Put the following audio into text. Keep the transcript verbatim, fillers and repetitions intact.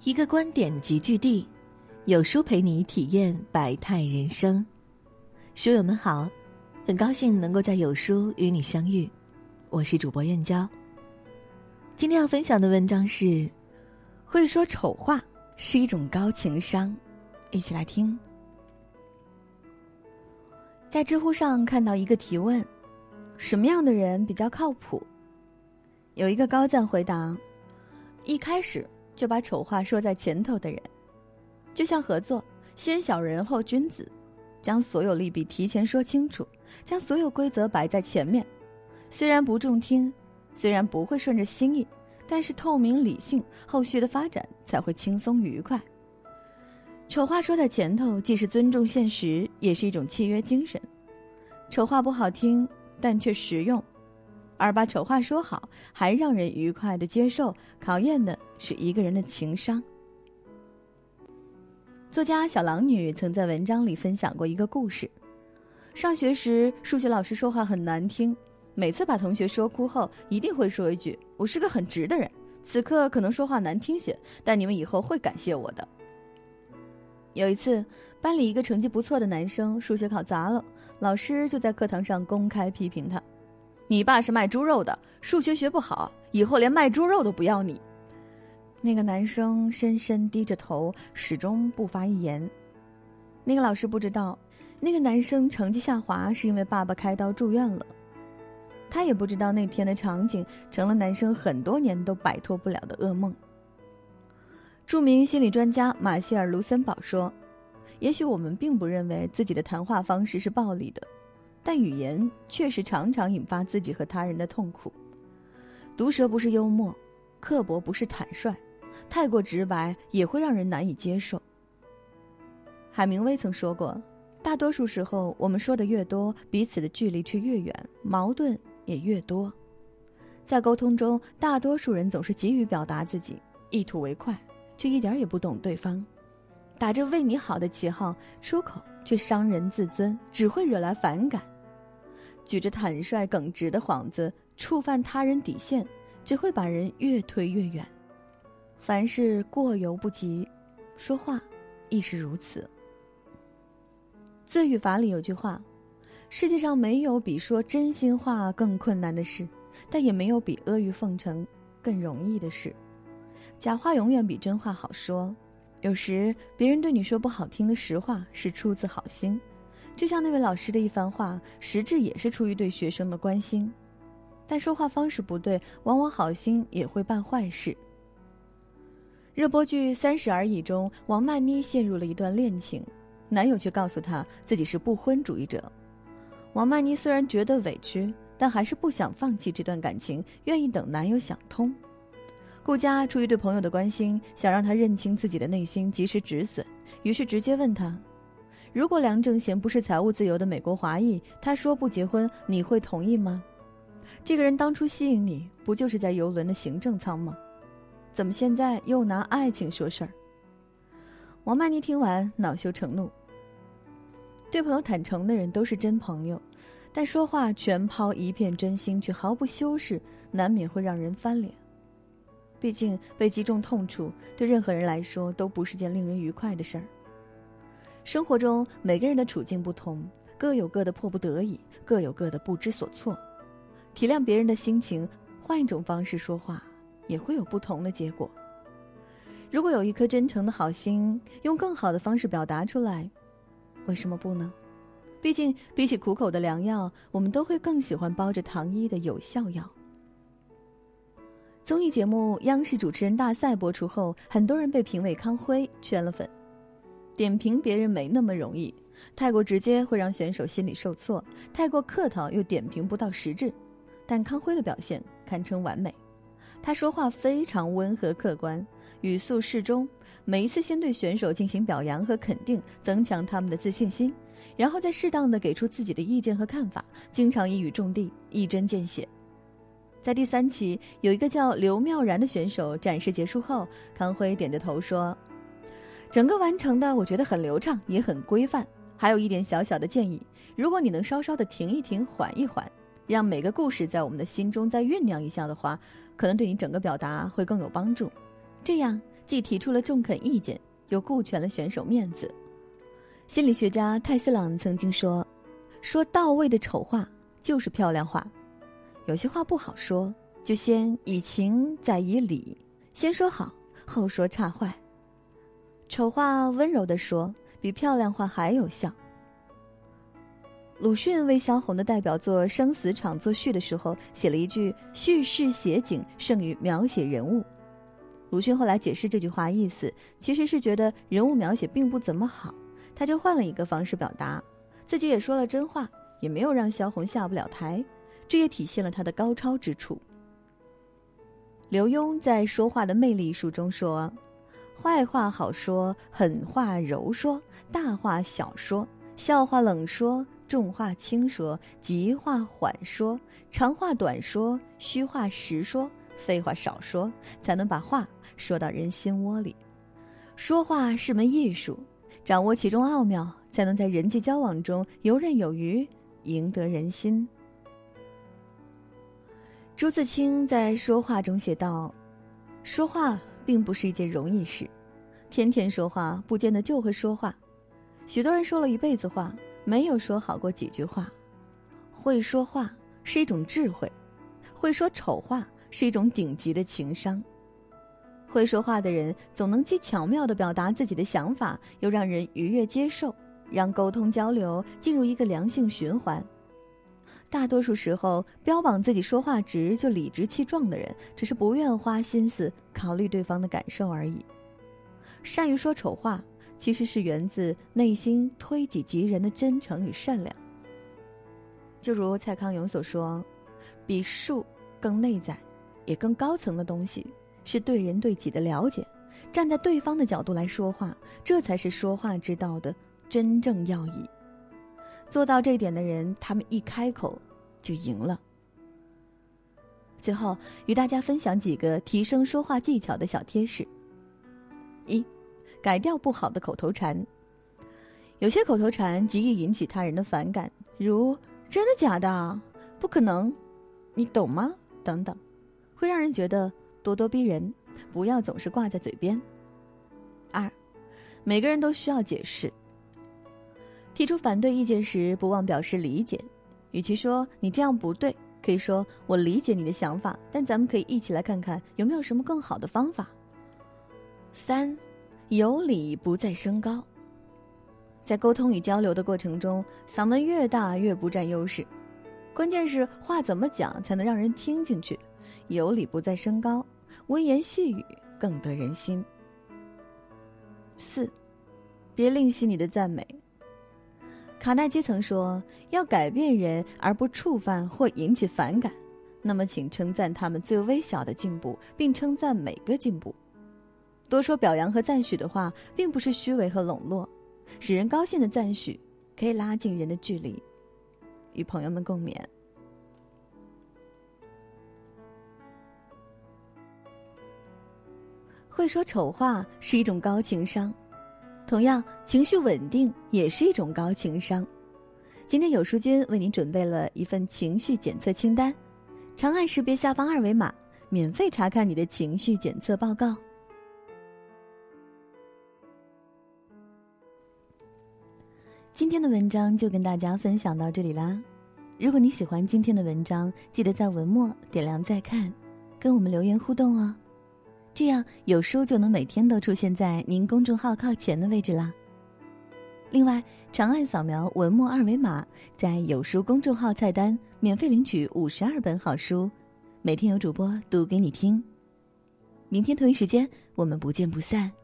一个观点集聚地，有书陪你体验百态人生。书友们好，很高兴能够在有书与你相遇，我是主播燕娇。今天要分享的文章是会说丑话是一种高情商，一起来听。在知乎上看到一个提问，什么样的人比较靠谱？有一个高赞回答，一开始就把丑话说在前头的人，就像合作，先小人后君子，将所有利弊提前说清楚，将所有规则摆在前面。虽然不中听，虽然不会顺着心意，但是透明理性，后续的发展才会轻松愉快。丑话说在前头，既是尊重现实，也是一种契约精神。丑话不好听，但却实用，而把丑话说好，还让人愉快地接受，考验的是一个人的情商。作家小狼女曾在文章里分享过一个故事。上学时，数学老师说话很难听，每次把同学说哭后，一定会说一句，我是个很直的人，此刻可能说话难听些，但你们以后会感谢我的。有一次，班里一个成绩不错的男生数学考砸了，老师就在课堂上公开批评他，你爸是卖猪肉的，数学学不好，以后连卖猪肉都不要你。那个男生深深低着头，始终不发一言。那个老师不知道，那个男生成绩下滑是因为爸爸开刀住院了。他也不知道那天的场景成了男生很多年都摆脱不了的噩梦。著名心理专家马歇尔·卢森堡说，也许我们并不认为自己的谈话方式是暴力的，但语言确实常常引发自己和他人的痛苦。毒舌不是幽默，刻薄不是坦率，太过直白也会让人难以接受。海明威曾说过，大多数时候我们说的越多，彼此的距离却越远，矛盾也越多。在沟通中，大多数人总是急于表达自己，意图为快，却一点也不懂对方，打着为你好的旗号，出口却伤人自尊，只会惹来反感。举着坦率耿直的幌子，触犯他人底线，只会把人越推越远。凡事过犹不及，说话亦是如此。罪与罚里有句话，世界上没有比说真心话更困难的事，但也没有比阿谀奉承更容易的事。假话永远比真话好说，有时别人对你说不好听的实话是出自好心，就像那位老师的一番话，实质也是出于对学生的关心，但说话方式不对，往往好心也会办坏事。热播剧《三十而已》中，王曼妮陷入了一段恋情，男友却告诉她自己是不婚主义者。王曼妮虽然觉得委屈，但还是不想放弃这段感情，愿意等男友想通。顾佳出于对朋友的关心，想让他认清自己的内心，及时止损，于是直接问他，如果梁正贤不是财务自由的美国华裔，他说不结婚，你会同意吗？这个人当初吸引你，不就是在邮轮的行政舱吗？怎么现在又拿爱情说事儿？王曼妮听完恼羞成怒。对朋友坦诚的人都是真朋友，但说话全抛一片真心却毫不修饰，难免会让人翻脸。毕竟被击中痛处，对任何人来说都不是件令人愉快的事儿。生活中每个人的处境不同，各有各的迫不得已，各有各的不知所措。体谅别人的心情，换一种方式说话，也会有不同的结果。如果有一颗真诚的好心，用更好的方式表达出来，为什么不呢？毕竟比起苦口的良药，我们都会更喜欢包着糖衣的有效药。综艺节目央视主持人大赛播出后，很多人被评委康辉圈了粉。点评别人没那么容易，太过直接会让选手心里受挫，太过客套又点评不到实质。但康辉的表现堪称完美，他说话非常温和客观，语速适中，每一次先对选手进行表扬和肯定，增强他们的自信心，然后再适当的给出自己的意见和看法，经常一语中的，一针见血。在第三期，有一个叫刘妙然的选手展示结束后，康辉点着头说，整个完成的我觉得很流畅，也很规范，还有一点小小的建议，如果你能稍稍的停一停，缓一缓，让每个故事在我们的心中再酝酿一下的话，可能对你整个表达会更有帮助，这样既提出了中肯意见，又顾全了选手面子。心理学家泰斯朗曾经说，说到位的丑话就是漂亮话。有些话不好说，就先以情再以理，先说好，后说差坏。丑话温柔地说，比漂亮话还有效。鲁迅为萧红的代表作《生死场》作序的时候，写了一句叙事写景胜于描写人物。鲁迅后来解释这句话意思，其实是觉得人物描写并不怎么好，他就换了一个方式表达，自己也说了真话，也没有让萧红下不了台，这也体现了他的高超之处。刘墉在《说话的魅力》一书中说，坏话好说，狠话柔说，大话小说，笑话冷说，重话轻说，急话缓说，长话短说，虚话实说，废话少说，才能把话说到人心窝里。说话是门艺术，掌握其中奥妙，才能在人际交往中游刃有余，赢得人心。朱自清在《说话》中写道，说话并不是一件容易事，天天说话不见得就会说话，许多人说了一辈子话，没有说好过几句话。会说话是一种智慧，会说丑话是一种顶级的情商。会说话的人总能既巧妙地表达自己的想法，又让人愉悦接受，让沟通交流进入一个良性循环。大多数时候，标榜自己说话直就理直气壮的人，只是不愿花心思考虑对方的感受而已。善于说丑话，其实是源自内心推己及人的真诚与善良。就如蔡康永所说，比术更内在也更高层的东西是对人对己的了解，站在对方的角度来说话，这才是说话之道的真正要义。做到这一点的人，他们一开口就赢了。最后与大家分享几个提升说话技巧的小贴士。一，改掉不好的口头禅。有些口头禅极易引起他人的反感，如真的假的，不可能，你懂吗等等，会让人觉得咄咄逼人，不要总是挂在嘴边。二，每个人都需要解释。提出反对意见时，不忘表示理解，与其说你这样不对，可以说我理解你的想法，但咱们可以一起来看看有没有什么更好的方法。三，有理不在声高。在沟通与交流的过程中，嗓门越大越不占优势，关键是话怎么讲才能让人听进去，有理不在声高，温言细语更得人心。四，别吝惜你的赞美。卡耐基曾说，要改变人而不触犯或引起反感，那么请称赞他们最微小的进步，并称赞每个进步。多说表扬和赞许的话，并不是虚伪和笼络，使人高兴的赞许可以拉近人的距离。与朋友们共勉。会说丑话是一种高情商，同样，情绪稳定也是一种高情商。今天有书君为您准备了一份情绪检测清单，长按识别下方二维码，免费查看你的情绪检测报告。今天的文章就跟大家分享到这里啦。如果你喜欢今天的文章，记得在文末点亮再看，跟我们留言互动哦。这样有书就能每天都出现在您公众号靠前的位置啦。另外，长按扫描文末二维码，在有书公众号菜单免费领取五十二本好书，每天有主播读给你听。明天同一时间，我们不见不散。